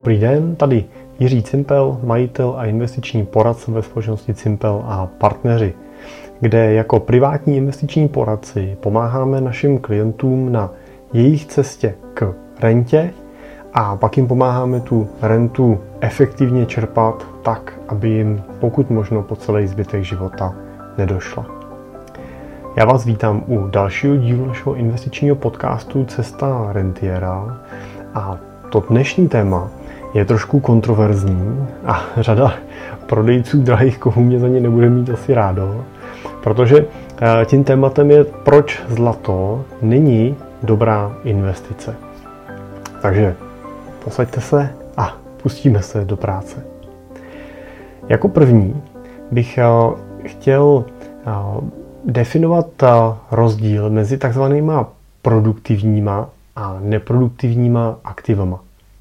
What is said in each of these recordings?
Dobrý den, tady Jiří Cimpel, majitel a investiční poradce ve společnosti Cimpel a partneři, kde jako privátní investiční poradci pomáháme našim klientům na jejich cestě k rentě a pak jim pomáháme tu rentu efektivně čerpat tak, aby jim pokud možno po celý zbytek života nedošla. Já vás vítám u dalšího dílu našeho investičního podcastu Cesta rentiera a to dnešní téma je trošku kontroverzní a řada prodejců drahých kovů mě za ně nebude mít asi rádo, protože tím tématem je, proč zlato není dobrá investice. Takže posaďte se a pustíme se do práce. Jako první bych chtěl definovat rozdíl mezi takzvanýma produktivníma a neproduktivníma aktivama.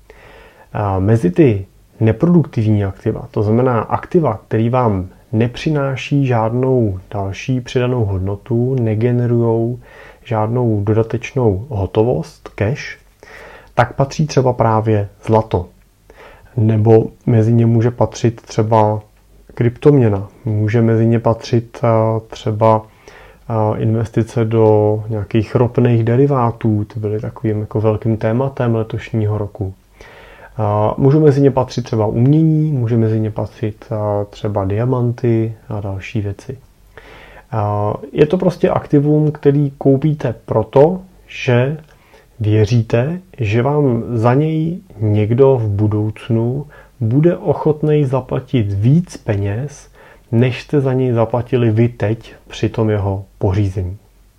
Mezi ty neproduktivní aktiva, to znamená aktiva, které vám nepřináší žádnou další přidanou hodnotu, negenerujou žádnou dodatečnou hotovost, cash, tak patří třeba právě zlato. Nebo mezi ně může patřit třeba kryptoměna. Může mezi ně patřit třeba investice do nějakých ropných derivátů, ty byly takovým jako velkým tématem letošního roku. Můžou mezi ně patřit třeba umění, může mezi ně patřit třeba diamanty a další věci. Je to prostě aktivum, který koupíte proto, že věříte, že vám za něj někdo v budoucnu bude ochotný zaplatit víc peněz, než jste za něj zaplatili vy teď při tom jeho pořízení.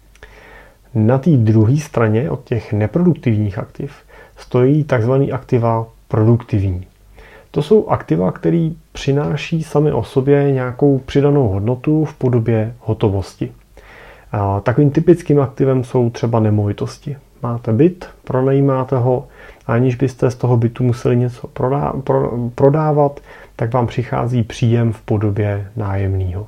Na té druhé straně od těch neproduktivních aktiv stojí tzv. Aktiva produktivní. To jsou aktiva, které přináší sami o sobě nějakou přidanou hodnotu v podobě hotovosti. Takovým typickým aktivem jsou třeba nemovitosti. Máte byt, pronajímáte ho, aniž byste z toho bytu museli něco prodávat, tak vám přichází příjem v podobě nájemného.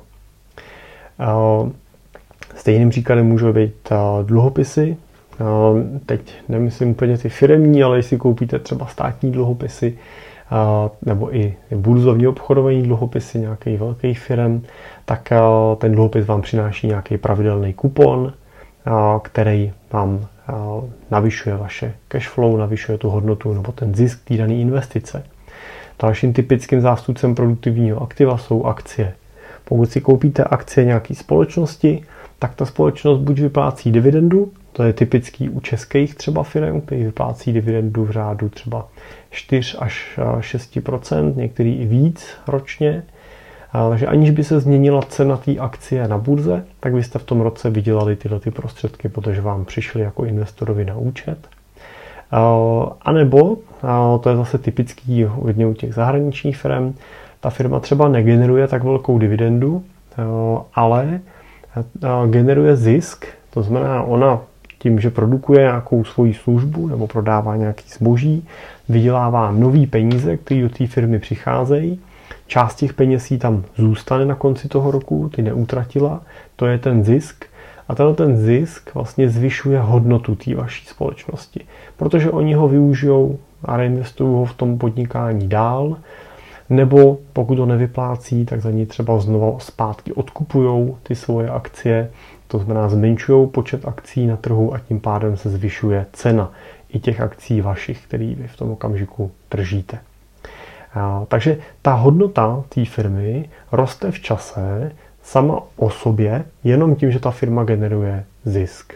Stejným příkladem můžou být dluhopisy. Teď nemyslím úplně ty firemní, ale jestli koupíte třeba státní dluhopisy nebo i burzovní obchodované dluhopisy nějakých velkých firem, tak ten dluhopis vám přináší nějaký pravidelný kupon, který vám navyšuje vaše cash flow, navyšuje tu hodnotu nebo ten zisk té dané investice. Dalším typickým zástupcem produktivního aktiva jsou akcie. Pokud si koupíte akcie nějaké společnosti, tak ta společnost buď vyplácí dividendu, to je typický u českých třeba firm, který vyplácí dividendu v řádu třeba 4 až 6%, některý i víc ročně. Takže aniž by se změnila cena té akcie na burze, tak byste v tom roce vydělali tyhle ty prostředky, protože vám přišly jako investorovi na účet. A nebo, to je zase typický hodně u těch zahraničních firm, ta firma třeba negeneruje tak velkou dividendu, ale generuje zisk, to znamená ona tím, že produkuje nějakou svoji službu nebo prodává nějaký zboží, vydělává nový peníze, které do té firmy přicházejí. Část těch peněz jí tam zůstane na konci toho roku, ty neutratila, to je ten zisk. A ten zisk vlastně zvyšuje hodnotu té vaší společnosti, protože oni ho využijou a reinvestují ho v tom podnikání dál, nebo pokud ho nevyplácí, tak za ní třeba znovu zpátky odkupují ty svoje akcie, to znamená zmenšují počet akcí na trhu a tím pádem se zvyšuje cena i těch akcí vašich, který vy v tom okamžiku držíte. Takže ta hodnota té firmy roste v čase sama o sobě jenom tím, že ta firma generuje zisk.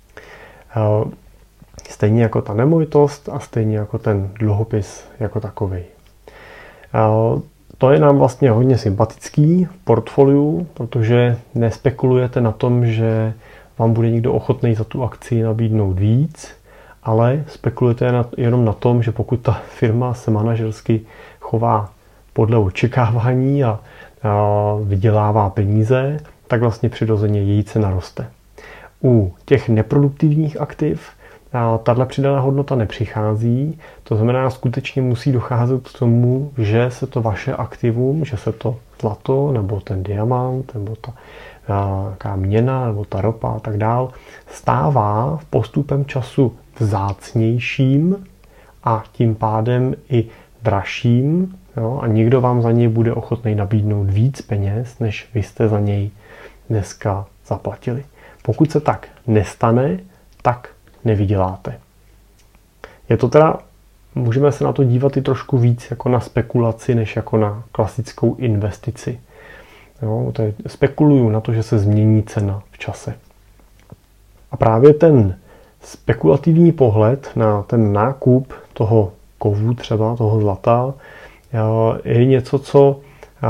Stejně jako ta nemovitost a stejně jako ten dluhopis jako takovej. To je nám vlastně hodně sympatický v portfoliu, protože nespekulujete na tom, že vám bude někdo ochotný za tu akci nabídnout víc, ale spekulujete jenom na tom, že pokud ta firma se manažersky chová podle očekávání a vydělává peníze, tak vlastně přirozeně její cena roste. U těch neproduktivních aktiv tahle přidaná hodnota nepřichází, to znamená, skutečně musí docházet k tomu, že se to vaše aktivum, že se to zlato, nebo ten diamant, nebo ta měna, nebo ta ropa a tak dál, stává postupem času vzácnějším a tím pádem i dražším, jo, a někdo vám za něj bude ochotný nabídnout víc peněz, než vy jste za něj dneska zaplatili. Pokud se tak nestane, tak nevyděláte. Je to teda, můžeme se na to dívat i trošku víc jako na spekulaci, než jako na klasickou investici. Jo, to je, spekuluju na to, že se změní cena v čase. A právě ten spekulativní pohled na ten nákup toho kovu, třeba toho zlata, je něco, co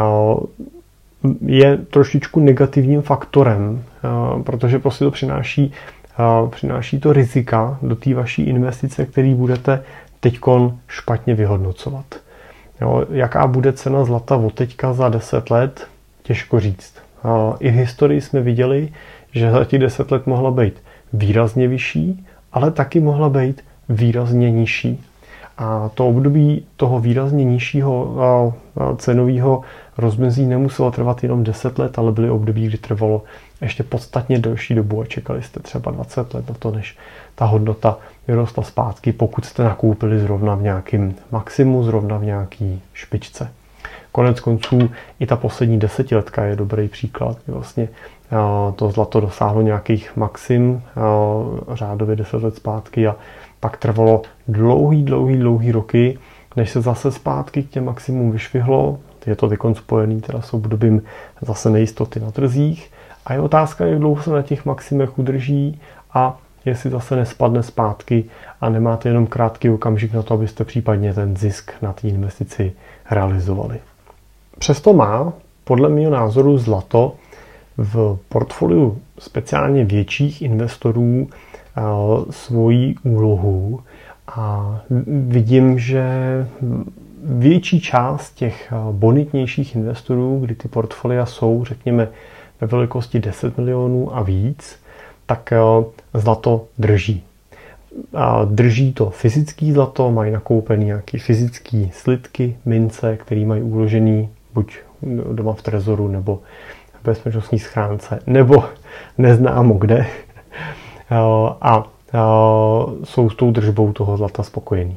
je trošičku negativním faktorem, protože prostě to přináší to rizika do té vaší investice, který budete teďkon špatně vyhodnocovat. Jo, jaká bude cena zlata od teďka za 10 let, těžko říct. I v historii jsme viděli, že za těch 10 let mohla být výrazně vyšší, ale taky mohla být výrazně nižší. A to období toho výrazně nižšího cenového rozmezí nemuselo trvat jenom 10 let, ale byly období, kdy trvalo ještě podstatně delší dobu a čekali jste třeba 20 let na to, než ta hodnota vyrostla zpátky, pokud jste nakoupili zrovna v nějakém maximu, zrovna v nějaký špičce. Konec konců i ta poslední desetiletka je dobrý příklad, kdy vlastně to zlato dosáhlo nějakých maxim řádově 10 let zpátky a pak trvalo dlouhý roky, než se zase zpátky k těm maximum vyšvihlo. Je to teď spojený teda s obdobím zase nejistoty na trzích a je otázka, jak dlouho se na těch maximech udrží a jestli zase nespadne zpátky a nemáte jenom krátký okamžik na to, abyste případně ten zisk na té investici realizovali. Přesto má podle mého názoru zlato v portfoliu speciálně větších investorů svoji úlohu a vidím, že větší část těch bonitnějších investorů, kdy ty portfolia jsou, řekněme, ve velikosti 10 milionů a víc, tak zlato drží. Drží to fyzický zlato, mají nakoupený nějaký fyzický slitky, mince, které mají uložený buď doma v trezoru, nebo v bezpečnostní schránce, nebo neznámo kde. A jsou s tou držbou toho zlata spokojení.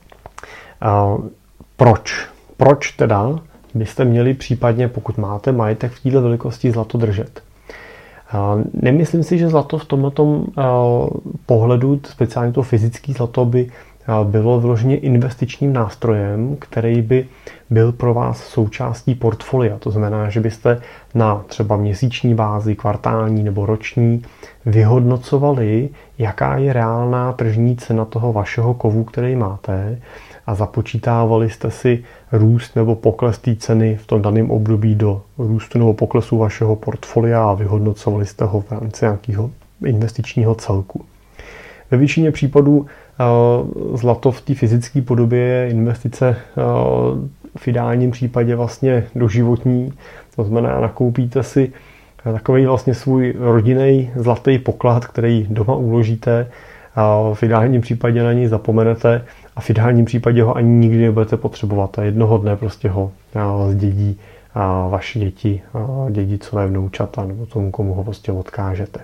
Proč? Proč teda byste měli případně, pokud máte majetek v této velikosti, zlato držet? Nemyslím si, že zlato v tomto pohledu, speciálně to fyzické zlato, by bylo vyloženě investičním nástrojem, který by byl pro vás součástí portfolia. To znamená, že byste na třeba měsíční bázi, kvartální nebo roční vyhodnocovali, jaká je reálná tržní cena toho vašeho kovu, který máte, a započítávali jste si růst nebo pokles té ceny v tom daném období do růstu nebo poklesu vašeho portfolia a vyhodnocovali jste ho v rámci nějakého investičního celku. Ve většině případů zlato v té fyzické podobě je investice v ideálním případě vlastně doživotní. To znamená, nakoupíte si takový vlastně svůj rodinný zlatý poklad, který doma uložíte, v ideálním případě na něj zapomenete a v ideálním případě ho ani nikdy nebudete potřebovat. A jednoho dne prostě ho zdědí vaše děti, dědicové, vnoučata nebo tomu, komu ho prostě odkážete.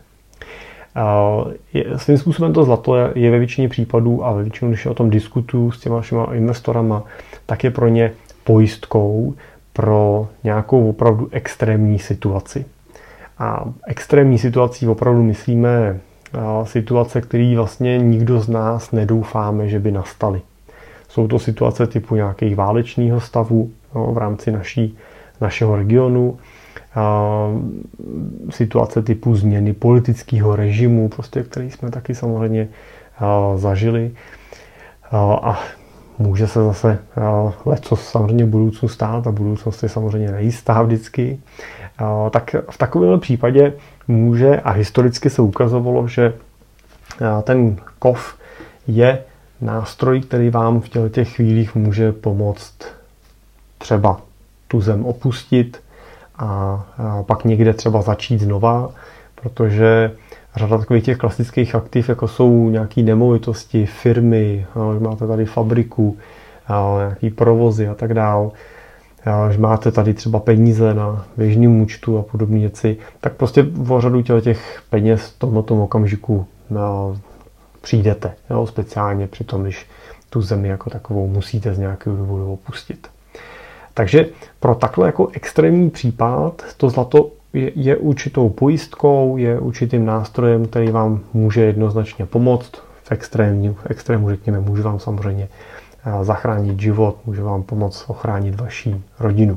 Svým způsobem to zlato je ve většině případů a ve většinou, když o tom diskutuju s těma vašima investorama, tak je pro ně pojistkou pro nějakou opravdu extrémní situaci. A extrémní situací opravdu myslíme situace, které vlastně nikdo z nás nedoufáme, že by nastaly. Jsou to situace typu nějakých válečného stavu v rámci našeho regionu, situace typu změny politického režimu, prostě, který jsme taky samozřejmě zažili. A může se zase lecos samozřejmě v budoucnu stát a budoucnost je samozřejmě nejistá vždycky. Tak v takovém případě může, a historicky se ukazovalo, že ten kov je nástroj, který vám v těch chvílích může pomoct třeba tu zem opustit a pak někde třeba začít znova, protože řada takových těch klasických aktiv, jako jsou nějaké nemovitosti, firmy, máte tady fabriku, nějaký provozy a tak dále, že máte tady třeba peníze na běžném účtu a podobné věci, tak prostě o řadu těch peněz v tomto okamžiku přijdete, jo, speciálně při tom, když tu zemi jako takovou musíte z nějakého důvodu opustit. Takže pro takhle jako extrémní případ to zlato je určitou pojistkou, je určitým nástrojem, který vám může jednoznačně pomoct. V extrému řekněme, může vám samozřejmě zachránit život, může vám pomoct ochránit vaši rodinu.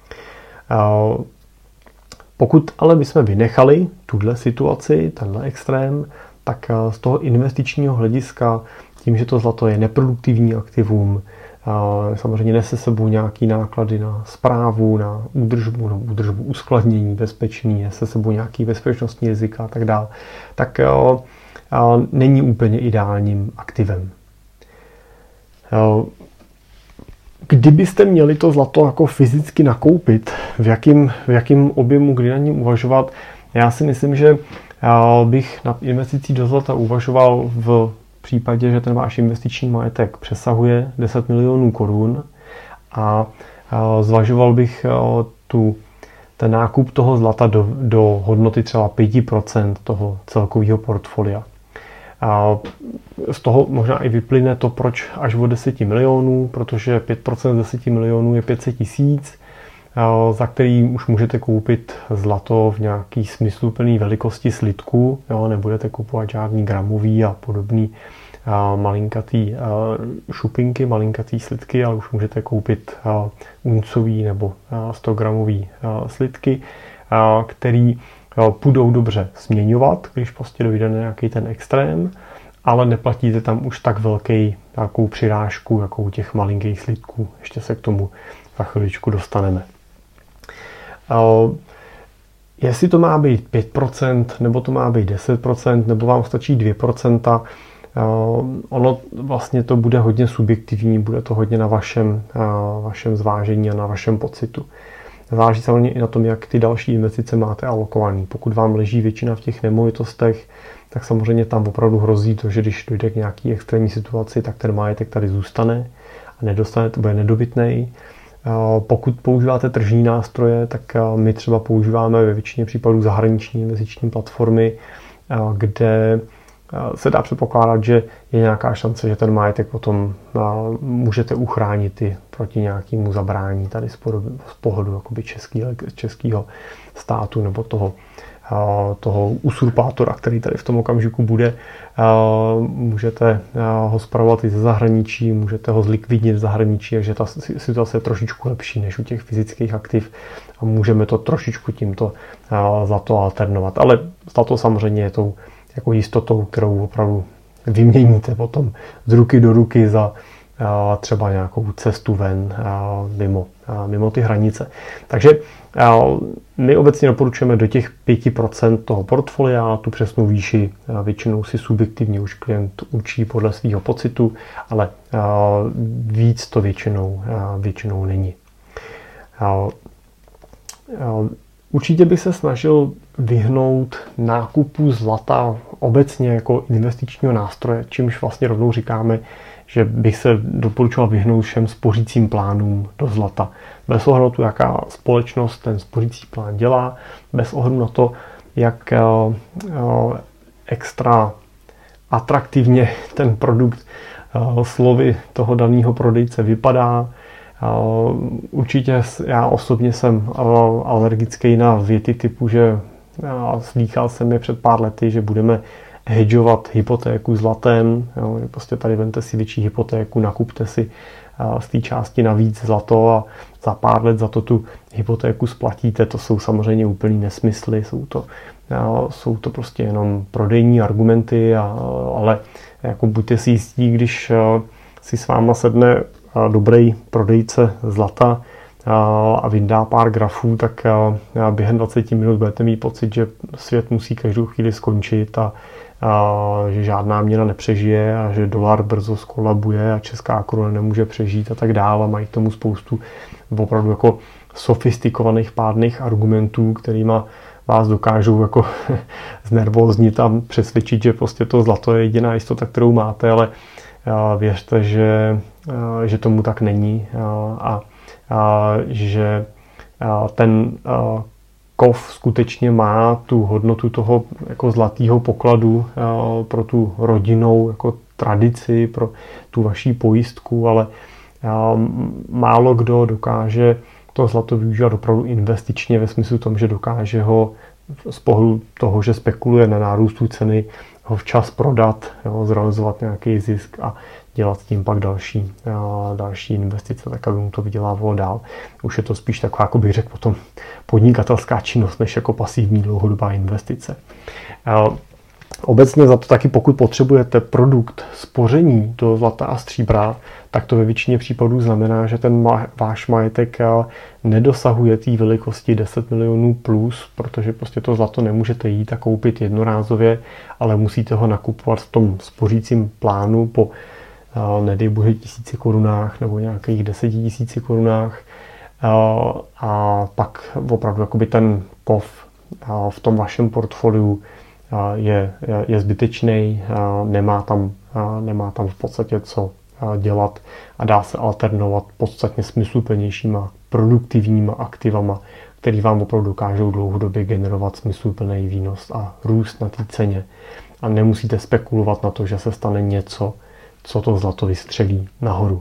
Pokud ale bychom vynechali tuhle situaci, tenhle extrém, tak z toho investičního hlediska, tím, že to zlato je neproduktivní aktivum, samozřejmě nese sebou nějaké náklady na správu, na údržbu, uskladnění bezpečný, nese sebou nějaké bezpečnostní rizika a tak dále, tak není úplně ideálním aktivem. Kdybyste měli to zlato jako fyzicky nakoupit, v jakém objemu, kdy na něm uvažovat, já si myslím, že bych nad investicí do zlata uvažoval v případě, že ten váš investiční majetek přesahuje 10 milionů korun a zvažoval bych ten nákup toho zlata do hodnoty třeba 5% toho celkového portfolia. A z toho možná i vyplyne to, proč až o 10 milionů, protože 5% z 10 milionů je 500 tisíc, za který už můžete koupit zlato v nějaký smysluplný velikosti slitku. Jo, nebudete kupovat žádný gramový a podobný malinkatý šupinky, malinkatý slitky, ale už můžete koupit uncový nebo 100 gramový slitky, který půjdou dobře směňovat, když prostě dojde na nějaký ten extrém, ale neplatíte tam už tak velkou přirážku, jako u těch malinkých slitků. Ještě se k tomu za chviličku dostaneme. Jestli to má být 5%, nebo to má být 10%, nebo vám stačí 2%, ono vlastně to bude hodně subjektivní, bude to hodně na vašem zvážení a na vašem pocitu. Záleží samozřejmě i na tom, jak ty další investice máte alokovaný. Pokud vám leží většina v těch nemovitostech, tak samozřejmě tam opravdu hrozí to, že když dojde k nějaké extrémní situaci, tak ten majetek tady zůstane a nedostanete, bude nedobytnej. Pokud používáte tržní nástroje, tak my třeba používáme ve většině případů zahraniční investiční platformy, kde se dá předpokládat, že je nějaká šance, že ten majetek potom můžete uchránit i proti nějakému zabrání tady z pohledu jakoby českého státu nebo toho usurpátora, který tady v tom okamžiku bude. Můžete ho spravovat i ze zahraničí, můžete ho zlikvidnit v zahraničí, takže ta situace je trošičku lepší než u těch fyzických aktiv a můžeme to trošičku tímto zlato alternovat. Ale zlato samozřejmě je tou jako jistotou, kterou opravdu vyměníte potom z ruky do ruky za třeba nějakou cestu ven mimo ty hranice. Takže my obecně doporučujeme do těch 5% toho portfolia, tu přesnou výši většinou si subjektivně už klient určí podle svého pocitu, ale víc to většinou není. Určitě bych se snažil vyhnout nákupu zlata obecně jako investičního nástroje, čímž vlastně rovnou říkáme, že bych se doporučoval vyhnout všem spořícím plánům do zlata. Bez ohledu na to, jaká společnost ten spořící plán dělá, bez ohledu na to, jak extra atraktivně ten produkt slovy toho daného prodejce vypadá. Určitě já osobně jsem alergický na věty typu, že slýchal jsem je před pár lety, že budeme hedžovat hypotéku zlatem. Jo, prostě tady vemte si větší hypotéku, nakupte si z té části navíc zlato a za pár let za to tu hypotéku splatíte. To jsou samozřejmě úplný nesmysly, jsou to prostě jenom prodejní argumenty, ale jako buďte si jistí, když si s váma sedne dobrý prodejce zlata a vyndá pár grafů, tak během 20 minut budete mít pocit, že svět musí každou chvíli skončit a že žádná měna nepřežije a že dolar brzo skolabuje a česká koruna nemůže přežít a tak dále. Mají k tomu spoustu opravdu jako sofistikovaných pádných argumentů, kterýma vás dokážou jako znervóznit a přesvědčit, že prostě to zlato je jediná jistota, kterou máte, ale věřte, že tomu tak není a že ten kov skutečně má tu hodnotu toho jako zlatého pokladu pro tu rodinnou jako tradici, pro tu vaší pojistku, ale málo kdo dokáže to zlato využívat opravdu investičně ve smyslu tom, že dokáže ho z pohledu toho, že spekuluje na nárůstu ceny, ho včas prodat, jo, zrealizovat nějaký zisk a dělat tím pak další investice, tak aby mu to vydělávalo dál. Už je to spíš taková, jako bych řekl, potom podnikatelská činnost, než jako pasivní dlouhodobá investice. Obecně za to taky, pokud potřebujete produkt spoření do zlata a stříbra, tak to ve většině případů znamená, že ten váš majetek nedosahuje té velikosti 10 milionů plus, protože prostě to zlato nemůžete jít a koupit jednorázově, ale musíte ho nakupovat v tom spořícím plánu po nedej bože 1000 korunách nebo nějakých 10 000 korunách a pak opravdu jakoby ten kov v tom vašem portfoliu je zbytečný, nemá tam v podstatě co dělat a dá se alternovat podstatně smysluplnějšíma produktivníma aktivama, které vám opravdu dokážou dlouhodobě generovat smysluplný výnos a růst na té ceně. A nemusíte spekulovat na to, že se stane něco, co to zlato vystřelí nahoru.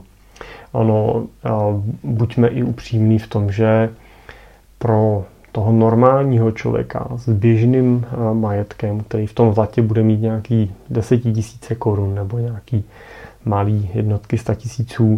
Buďme i upřímní v tom, že pro toho normálního člověka s běžným majetkem, který v tom zlatě bude mít nějaký 10 000 korun nebo nějaký malý jednotky 100 000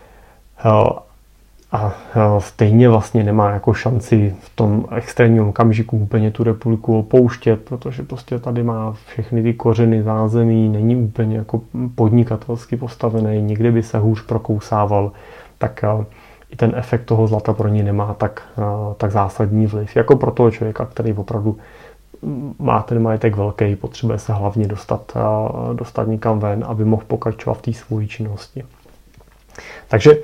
a stejně vlastně nemá jako šanci v tom extrémním okamžiku úplně tu republiku opouštět, protože prostě tady má všechny ty kořeny zázemí, není úplně jako podnikatelsky postavený, někde by se hůř prokousával, tak i ten efekt toho zlata pro ní nemá tak zásadní vliv. Jako pro toho člověka, který opravdu má ten majetek velký, potřebuje se hlavně dostat někam ven, aby mohl pokračovat v té svojí činnosti. Takže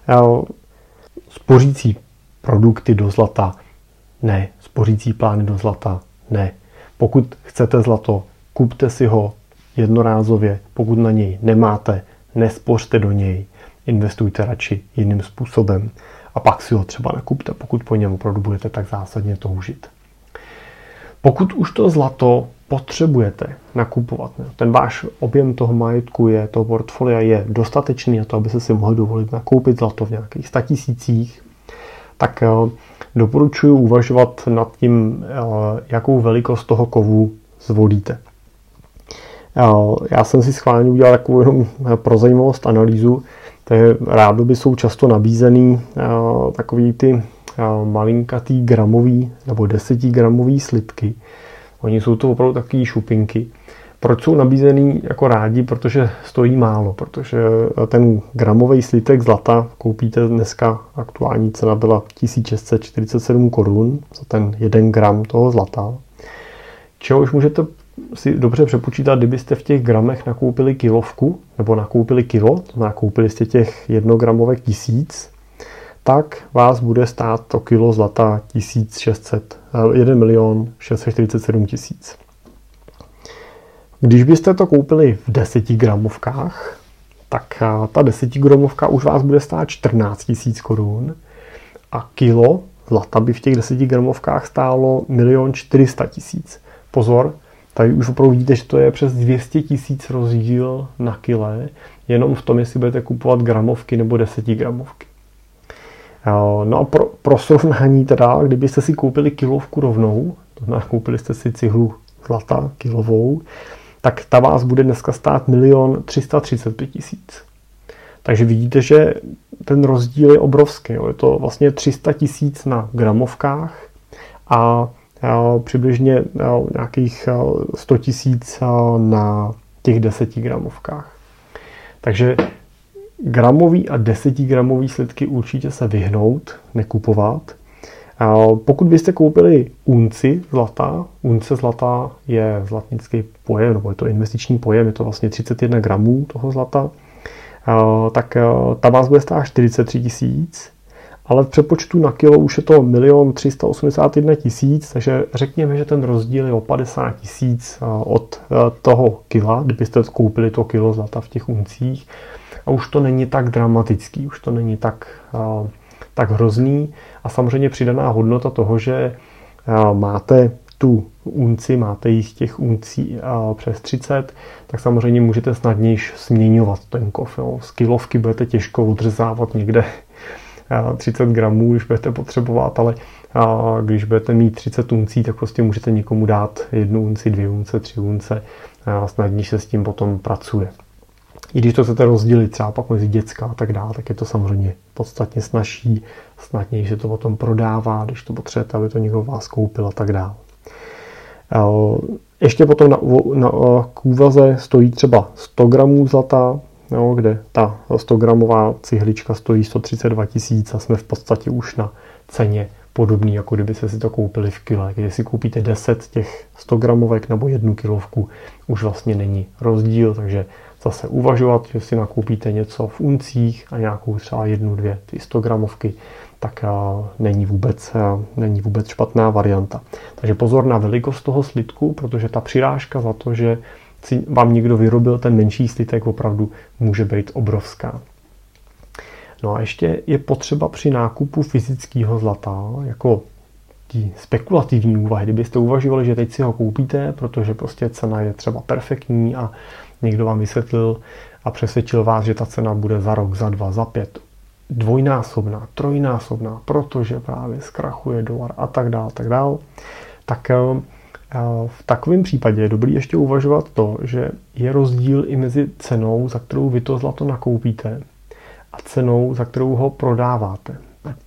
spořící produkty do zlata ne, spořící plány do zlata ne. Pokud chcete zlato, kupte si ho jednorázově, pokud na něj nemáte, nespořte do něj, investujte radši jiným způsobem a pak si ho třeba nakupte, pokud po něm opravdu budete tak zásadně toužit. Pokud už to zlato potřebujete nakupovat, ten váš objem toho majetku toho portfolia je dostatečný na to, aby se si mohli dovolit nakoupit zlato v nějakých 100 000, tak doporučuji uvažovat nad tím, jakou velikost toho kovu zvolíte. Já jsem si schválně udělal takovou jenom pro zajímavost analýzu. Rádoby jsou často nabízený takový ty malinkatý gramový nebo 10 gramový slitky. Oni jsou to opravdu takový šupinky. Proč jsou nabízený jako rádi? Protože stojí málo, protože ten gramový slitek zlata koupíte dneska, aktuální cena byla 1647 korun za ten 1 gram toho zlata. Čehož můžete si dobře přepočítat, kdybyste v těch gramech nakoupili kilovku, nebo nakoupili kilo, nakoupili jste těch 1 gramovek 1000, tak vás bude stát to kilo zlata 1 647 000. Když byste to koupili v 10 gramovkách, tak ta 10 gramovka už vás bude stát 14 000 korun a kilo zlata by v těch 10 gramovkách stálo 1 400 000. Pozor, tady už opravdu vidíte, že to je přes 200 000 rozdíl na kile, jenom v tom, jestli budete kupovat gramovky nebo 10 gramovky. No a pro srovnání teda, kdybyste si koupili kilovku rovnou, to znamená koupili jste si cihlu zlata kilovou, tak ta vás bude dneska stát 1 335 000. Takže vidíte, že ten rozdíl je obrovský. Jo. Je to vlastně 300 000 na gramovkách a přibližně nějakých 100 000 na těch 10 gramovkách. Takže gramový a 10 gramový slitky určitě se vyhnout, nekupovat. Pokud byste koupili unci zlata je zlatnický pojem, nebo je to investiční pojem, je to vlastně 31 gramů toho zlata, tak ta vás bude stát 43 000, ale v přepočtu na kilo už je to 1 381 000, takže řekněme, že ten rozdíl je o 50 000 od toho kila, kdybyste koupili to kilo zlata v těch uncích. A už to není tak dramatický, už to není tak hrozný. A samozřejmě přidaná hodnota toho, že máte tu unci, máte jí z těch uncí přes 30, tak samozřejmě můžete snadněji směňovat ten kov. Jo. Z kilovky budete těžko odřezávat někde 30 gramů, když budete potřebovat, ale když budete mít 30 uncí, tak prostě můžete někomu dát 1 unci, 2 unce, 3 unce, snadněji se s tím potom pracuje. I když to chcete rozdělit třeba pak mezi děcka a tak dále, tak je to samozřejmě podstatně snazší, snadněji se to potom prodává, když to potřebujete, aby to někdo vás koupil a tak dále. Ještě potom na úvaze stojí třeba 100 gramů zlata, jo, kde ta 100 gramová cihlička stojí 132 000 a jsme v podstatě už na ceně podobný, jako kdyby se si to koupili v kile. Když si koupíte 10 těch 100 gramovek nebo 1 kilovku, už vlastně není rozdíl, takže zase uvažovat, že si nakoupíte něco v uncích a nějakou třeba 1, 2 ty 100 gramovky, tak není vůbec špatná varianta. Takže pozor na velikost toho slitku, protože ta přirážka za to, že si vám někdo vyrobil ten menší slitek, opravdu může být obrovská. No a ještě je potřeba při nákupu fyzického zlata, jako tí spekulativní úvahy, kdybyste uvažovali, že teď si ho koupíte, protože prostě cena je třeba perfektní a někdo vám vysvětlil a přesvědčil vás, že ta cena bude za rok, za 2, za 5 dvojnásobná, trojnásobná, protože právě zkrachuje dolar a tak dále, tak v takovém případě je dobré ještě uvažovat to, že je rozdíl i mezi cenou, za kterou vy to zlato nakoupíte, a cenou, za kterou ho prodáváte.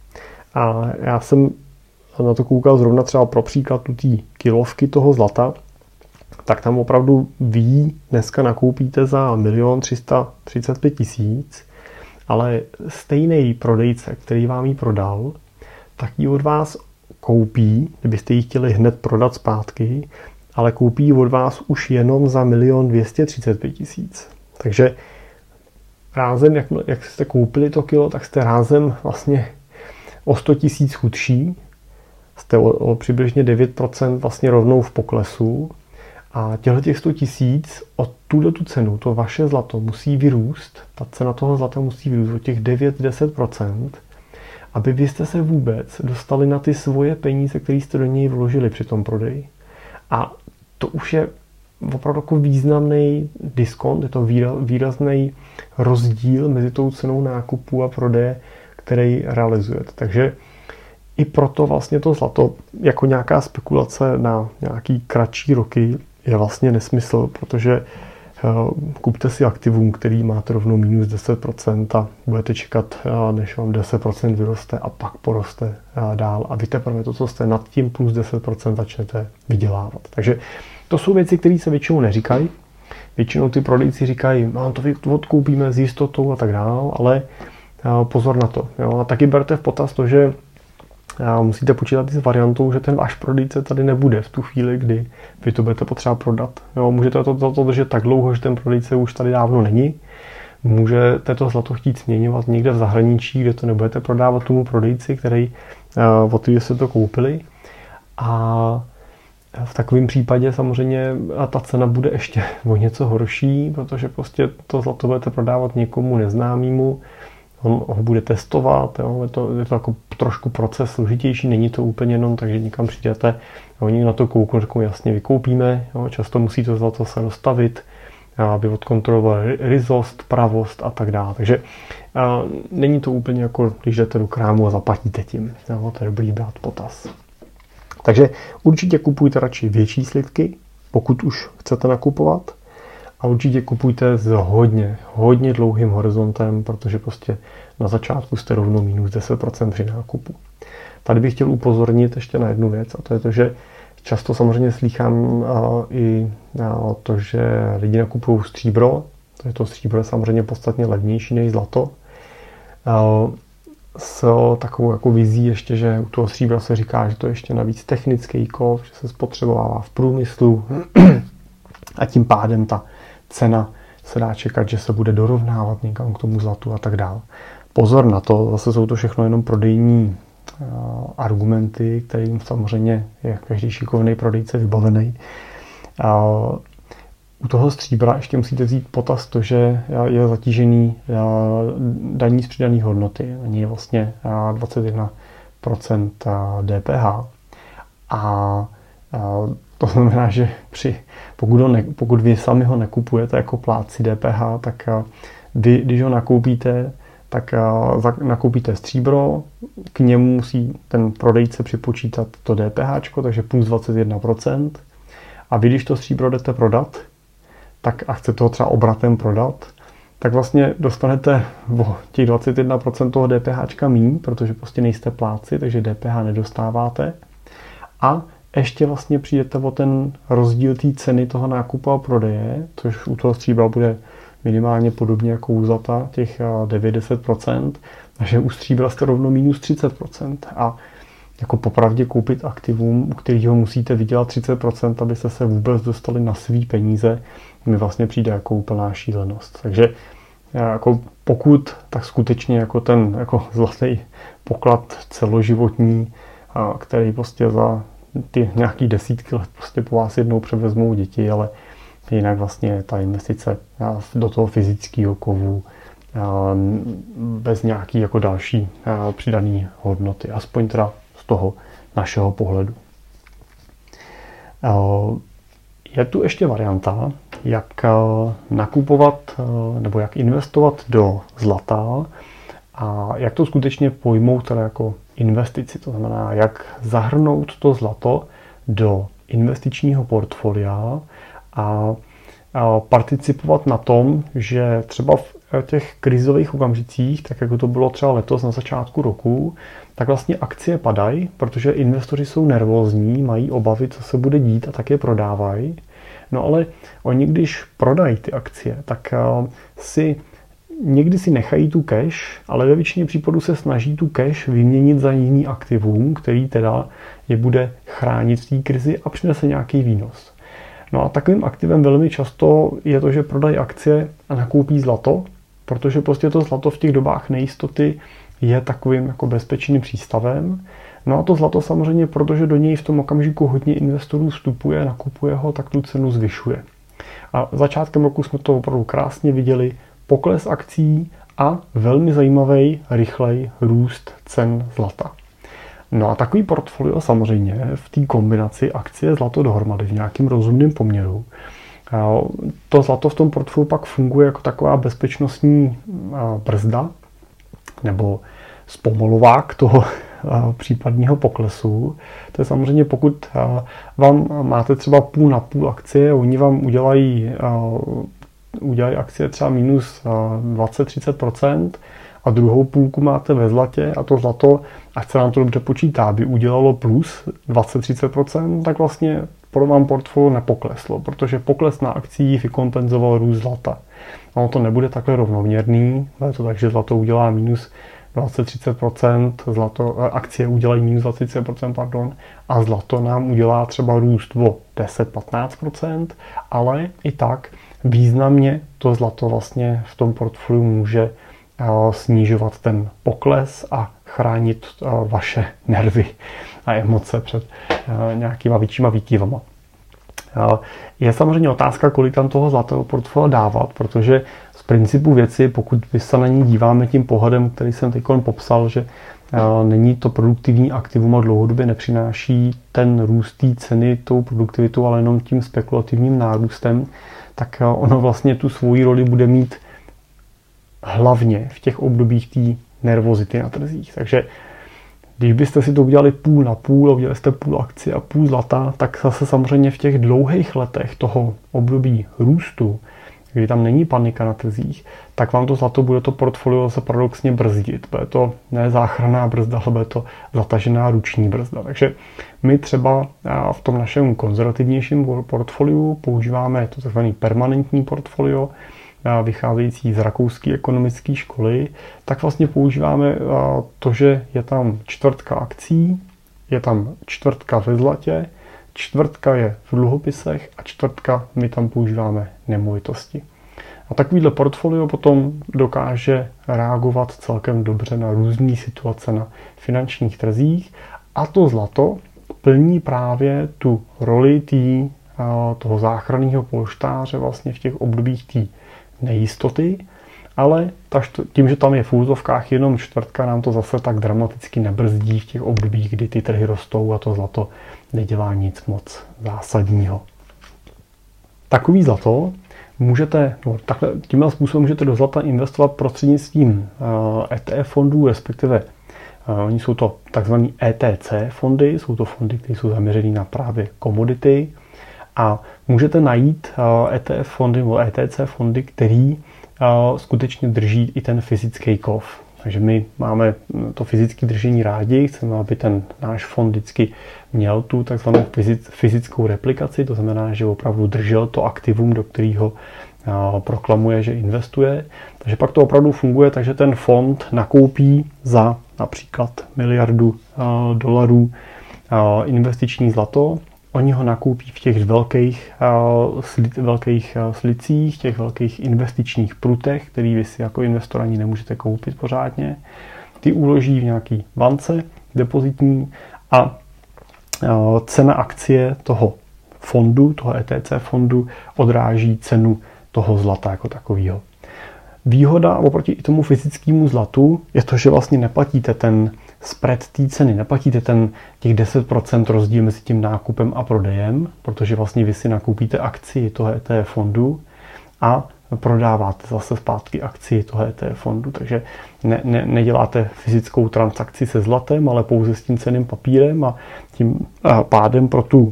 A já jsem na to koukal zrovna třeba pro příklad té kilovky toho zlata, tak tam opravdu vy dneska nakoupíte za 1 335 000, ale stejný prodejce, který vám ji prodal, tak ji od vás koupí, kdybyste ji chtěli hned prodat zpátky, ale koupí ji od vás už jenom za 1 235 000. Takže rázem, jak jste koupili to kilo, tak jste rázem vlastně o 100 000 chudší, jste o přibližně 9% vlastně rovnou v poklesu a těch 100 000 od tu cenu, to vaše zlato musí vyrůst, ta cena toho zlata musí vyrůst o těch 9-10%, aby vy jste se vůbec dostali na ty svoje peníze, které jste do něj vložili při tom prodeji. A to už je opravdu jako významný diskont, je to výrazný rozdíl mezi tou cenou nákupu a prodeje, který realizujete. Takže i proto vlastně to zlato jako nějaká spekulace na nějaký kratší roky je vlastně nesmysl, protože kupte si aktivum, který máte rovnou minus 10% a budete čekat, než vám 10% vyroste a pak poroste dál a vy teprve to, co jste nad tím plus 10% začnete vydělávat. Takže to jsou věci, které se většinou neříkají. Většinou ty prodejci říkají, to odkoupíme s jistotou a tak dále, ale pozor na to. Jo? A taky berte v potaz to, že musíte počítat s variantou, že ten váš prodejce tady nebude v tu chvíli, kdy vy to budete potřeba prodat. Jo, můžete to držet tak dlouho, že ten prodejce už tady dávno není. Můžete to zlato chtít směňovat někde v zahraničí, kde to nebudete prodávat tomu prodejci, od kterého jste to koupili. A v takovém případě samozřejmě ta cena bude ještě o něco horší, protože prostě to zlato budete prodávat někomu neznámému, on ho bude testovat, jo, je to jako trošku proces složitější, není to úplně jenom tak, že někam přijdete, oni na to kouknou, řeknou jasně vykoupíme, jo, často musí to zlato se dostavit, aby odkontrolovali ryzost, pravost a tak dále. Takže není to úplně jako, když jdete do krámu a zaplatíte tím, jo, to je dobrý brát potaz. Takže určitě kupujte radši větší slitky, pokud už chcete nakupovat, a určitě kupujte s hodně dlouhým horizontem, protože prostě na začátku jste rovnou minus 10% při nákupu. Tady bych chtěl upozornit ještě na jednu věc, a to je to, že často samozřejmě slýchám i to, že lidi nakupují stříbro. To stříbro je samozřejmě podstatně levnější než zlato. S takovou jako vizí ještě, že u toho stříbra se říká, že to je ještě navíc technický kov, že se spotřebovává v průmyslu a tím pádem ta cena se dá čekat, že se bude dorovnávat někam k tomu zlatu a tak dále. Pozor na to, zase jsou to všechno jenom prodejní argumenty, kterým samozřejmě je každý šikovný prodejce vybavený. U toho stříbra ještě musíte vzít potaz to, že je zatížený daní z přidané hodnoty. Na něj je vlastně 21% DPH. A To znamená, že pokud vy sami ho nekupujete jako plátci DPH, tak vy, když ho nakoupíte, tak nakoupíte stříbro, k němu musí ten prodejce připočítat to DPH, takže plus 21%. A vy, když to stříbro jdete prodat, tak a chcete ho třeba obratem prodat, tak vlastně dostanete o těch 21% toho DPH míň, protože prostě nejste plátci, takže DPH nedostáváte. A ještě vlastně přijdete o ten rozdíl té ceny toho nákupu a prodeje, což u toho stříbra bude minimálně podobně jako u zlata, těch 9-10%, takže u stříbra jste rovno minus 30%. A jako popravdě koupit aktivum, u kterého musíte vydělat 30%, abyste se vůbec dostali na svý peníze, mi vlastně přijde jako úplná šílenost. Takže jako pokud, tak skutečně jako ten jako zlatý poklad celoživotní, který prostě za ty nějaký desítky let prostě po vás jednou převezmou děti, ale jinak vlastně ta investice do toho fyzického kovu bez nějaký jako další přidané hodnoty, aspoň teda z toho našeho pohledu. Je tu ještě varianta, jak nakupovat nebo jak investovat do zlata a jak to skutečně pojmout teda jako investici. To znamená, jak zahrnout to zlato do investičního portfolia a participovat na tom, že třeba v těch krizových okamžicích, tak jako to bylo třeba letos na začátku roku, tak vlastně akcie padají, protože investoři jsou nervózní, mají obavy, co se bude dít a tak je prodávají. No ale oni, když prodají ty akcie, tak někdy si nechají tu cash, ale ve většině případů se snaží tu cash vyměnit za jiný aktivum, který teda je bude chránit v té krizi a přinese nějaký výnos. No a takovým aktivem velmi často je to, že prodají akcie a nakoupí zlato, protože prostě to zlato v těch dobách nejistoty je takovým jako bezpečným přístavem. No a to zlato samozřejmě, protože do něj v tom okamžiku hodně investorů vstupuje, nakupuje ho, tak tu cenu zvyšuje. A začátkem roku jsme to opravdu krásně viděli, pokles akcí a velmi zajímavý, rychlej růst cen zlata. No a takový portfolio samozřejmě v té kombinaci akcie zlato dohromady v nějakým rozumném poměru. To zlato v tom portfoliu pak funguje jako taková bezpečnostní brzda nebo zpomalovák toho případního poklesu. To je samozřejmě, pokud vám máte třeba půl na půl akcie, oni vám udělají akcie třeba minus 20-30% a druhou půlku máte ve zlatě a to zlato, ať se nám to dobře počítá, by udělalo plus 20-30%, tak vlastně vám portfolio nepokleslo, protože pokles na akcích vykompenzoval růst zlata. Ono to nebude takhle rovnoměrný, ale to tak, že zlato udělá minus 20-30%, akcie udělají minus 20%, a zlato nám udělá třeba růst o 10-15%, ale i tak významně to zlato vlastně v tom portfoliu může snižovat ten pokles a chránit vaše nervy a emoce před nějakýma většíma výkyvama. Je samozřejmě otázka, kolik tam toho zlatého portfolia dávat, protože z principu věci, pokud my se na ní díváme tím pohledem, který jsem teď popsal, že není to produktivní aktivum a dlouhodobě nepřináší ten růst té ceny tou produktivitou, ale jenom tím spekulativním nárůstem, tak ono vlastně tu svoji roli bude mít hlavně v těch obdobích té nervozity na trzích. Takže když byste si to udělali půl na půl a udělali jste půl akcie a půl zlata, tak zase samozřejmě v těch dlouhých letech toho období růstu, kdy tam není panika na trzích, tak vám to zlato bude to portfolio se paradoxně brzdit. Bude to ne záchranná brzda, ale bude to zatažená ruční brzda. Takže my třeba v tom našem konzervativnějším portfoliu používáme to tzv. Permanentní portfolio, vycházející z rakouské ekonomické školy, tak vlastně používáme to, že je tam čtvrtka akcí, je tam čtvrtka ve zlatě, čtvrtka je v dluhopisech a čtvrtka my tam používáme nemovitosti. A takovýhle portfolio potom dokáže reagovat celkem dobře na různé situace na finančních trzích a to zlato plní právě tu roli toho záchranného polštáře vlastně v těch obdobích té nejistoty ale tím, že tam je v úzovkách jenom čtvrtka, nám to zase tak dramaticky nebrzdí v těch obdobích, kdy ty trhy rostou a to zlato nedělá nic moc zásadního. Takový zlato tímhle způsobem můžete do zlata investovat prostřednictvím ETF fondů, respektive oni jsou to takzvané ETC fondy, jsou to fondy, které jsou zaměřené na právě komodity a můžete najít ETF fondy nebo ETC fondy, který skutečně drží i ten fyzický kov. Takže my máme to fyzické držení rádi, chceme, aby ten náš fond vždycky měl tu takzvanou fyzickou replikaci, to znamená, že opravdu držel to aktivum, do kterého proklamuje, že investuje. Takže pak to opravdu funguje, takže ten fond nakoupí za například $1 miliardu investiční zlato. Oni ho nakoupí v těch velkých slicích, těch velkých investičních prutech, který vy si jako investor ani nemůžete koupit pořádně. Ty uloží v nějaký bance depozitní a cena akcie toho fondu, toho ETC fondu, odráží cenu toho zlata jako takového. Výhoda oproti i tomu fyzickému zlatu je to, že vlastně neplatíte ten spread té ceny, neplatíte těch 10% rozdíl mezi tím nákupem a prodejem, protože vlastně vy si nakoupíte akcii toho ETF fondu a prodáváte zase zpátky akcii toho ETF fondu, takže neděláte fyzickou transakci se zlatem, ale pouze s tím cenným papírem a tím pádem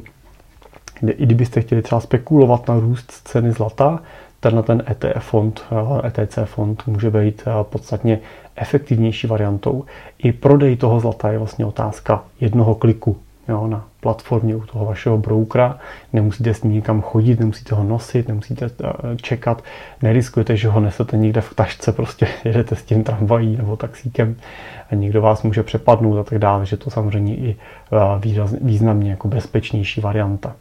i kdybyste chtěli třeba spekulovat na růst ceny zlata, ten ETF fond, ETC fond může být podstatně efektivnější variantou. I prodej toho zlata je vlastně otázka jednoho kliku na platformě u toho vašeho broukera. Nemusíte s ním nikam chodit, nemusíte ho nosit, nemusíte čekat, neriskujete, že ho nesete někde v tašce, prostě jedete s tím tramvají nebo taxíkem a někdo vás může přepadnout a tak dále, že to samozřejmě i významně jako bezpečnější varianta.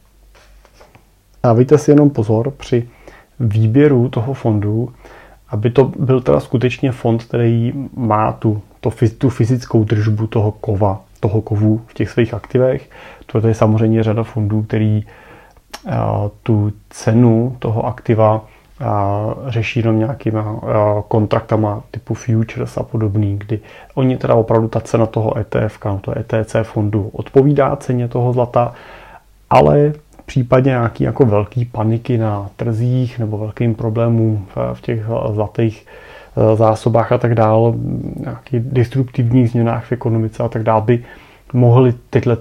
Dávejte si jenom pozor při výběru toho fondu, aby to byl teda skutečně fond, který má tu fyzickou držbu toho kovu v těch svých aktivech. To je samozřejmě řada fondů, který tu cenu toho aktiva řeší jenom nějakýma kontraktama typu futures a podobný, kdy oni teda opravdu ta cena toho ETF, toho ETC fondu odpovídá ceně toho zlata, ale případně nějaký jako velký paniky na trzích nebo velkým problémům v těch zlatých zásobách a tak dále, nějaký destruktivních změnách v ekonomice a tak dále, by mohly tyhle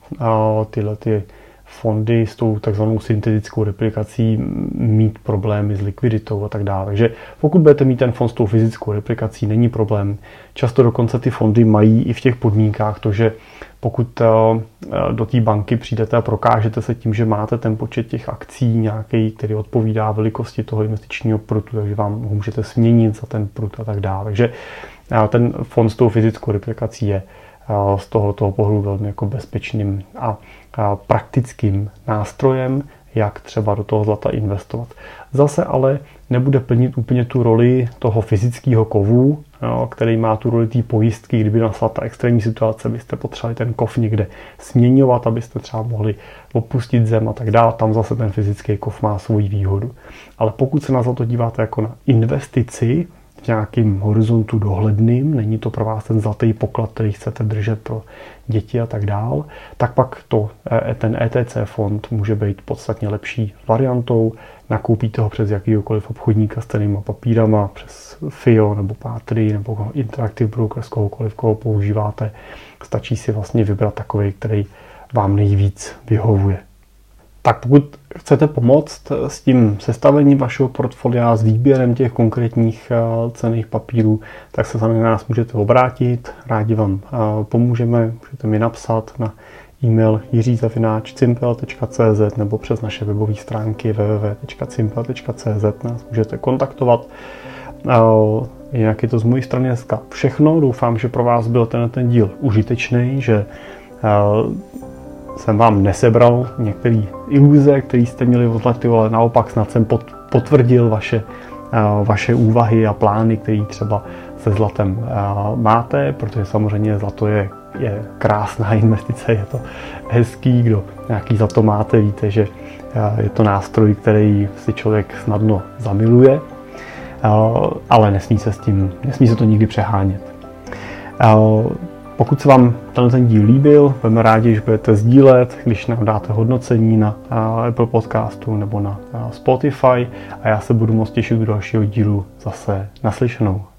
fondy s tou takzvanou syntetickou replikací mít problémy s likviditou a tak dále. Takže pokud budete mít ten fond s tou fyzickou replikací, není problém. Často dokonce ty fondy mají i v těch podmínkách to, že pokud do té banky přijdete a prokážete se tím, že máte ten počet těch akcí nějaký, který odpovídá velikosti toho investičního prutu, takže vám ho můžete směnit za ten prut a tak dále. Takže ten fond s tou fyzickou replikací je z tohoto pohledu velmi jako bezpečným a praktickým nástrojem, jak třeba do toho zlata investovat. Zase ale nebude plnit úplně tu roli toho fyzického kovu, který má tu roli té pojistky, kdyby nastala ta extrémní situace, byste potřebovali ten kov někde směňovat, abyste třeba mohli opustit zem a tak dále. Tam zase ten fyzický kov má svoji výhodu. Ale pokud se na zlato díváte jako na investici v nějakým horizontu dohledným, není to pro vás ten zlatý poklad, který chcete držet pro děti a tak dál, tak pak ten ETC fond může být podstatně lepší variantou. Nakoupíte ho přes jakýkoliv obchodníka s cennými papírama, přes FIO nebo Patrii nebo Interactive Brokers, kohokoliv, koho používáte. Stačí si vlastně vybrat takový, který vám nejvíc vyhovuje. Tak pokud chcete pomoct s tím sestavením vašeho portfolia, s výběrem těch konkrétních cenných papírů, tak se sami na nás můžete obrátit. Rádi vám pomůžeme, můžete mi napsat na e-mail jiří@cimpel.cz nebo přes naše webové stránky www.cimpel.cz nás můžete kontaktovat. Jinak je to z mojí strany dneska všechno. Doufám, že pro vás byl ten díl užitečný, že jsem vám nesebral některé iluze, které jste měli od zlatu, ale naopak snad jsem potvrdil vaše úvahy a plány, které třeba se zlatem máte, protože samozřejmě zlato je krásná investice, je to hezký, kdo nějaký zlato máte, víte, že je to nástroj, který si člověk snadno zamiluje. ale nesmí se to nikdy přehánět. Pokud se vám ten díl líbil, budeme rádi, že budete sdílet, když nám dáte hodnocení na Apple Podcastu nebo na Spotify a já se budu moc těšit do dalšího dílu zase naslyšenou.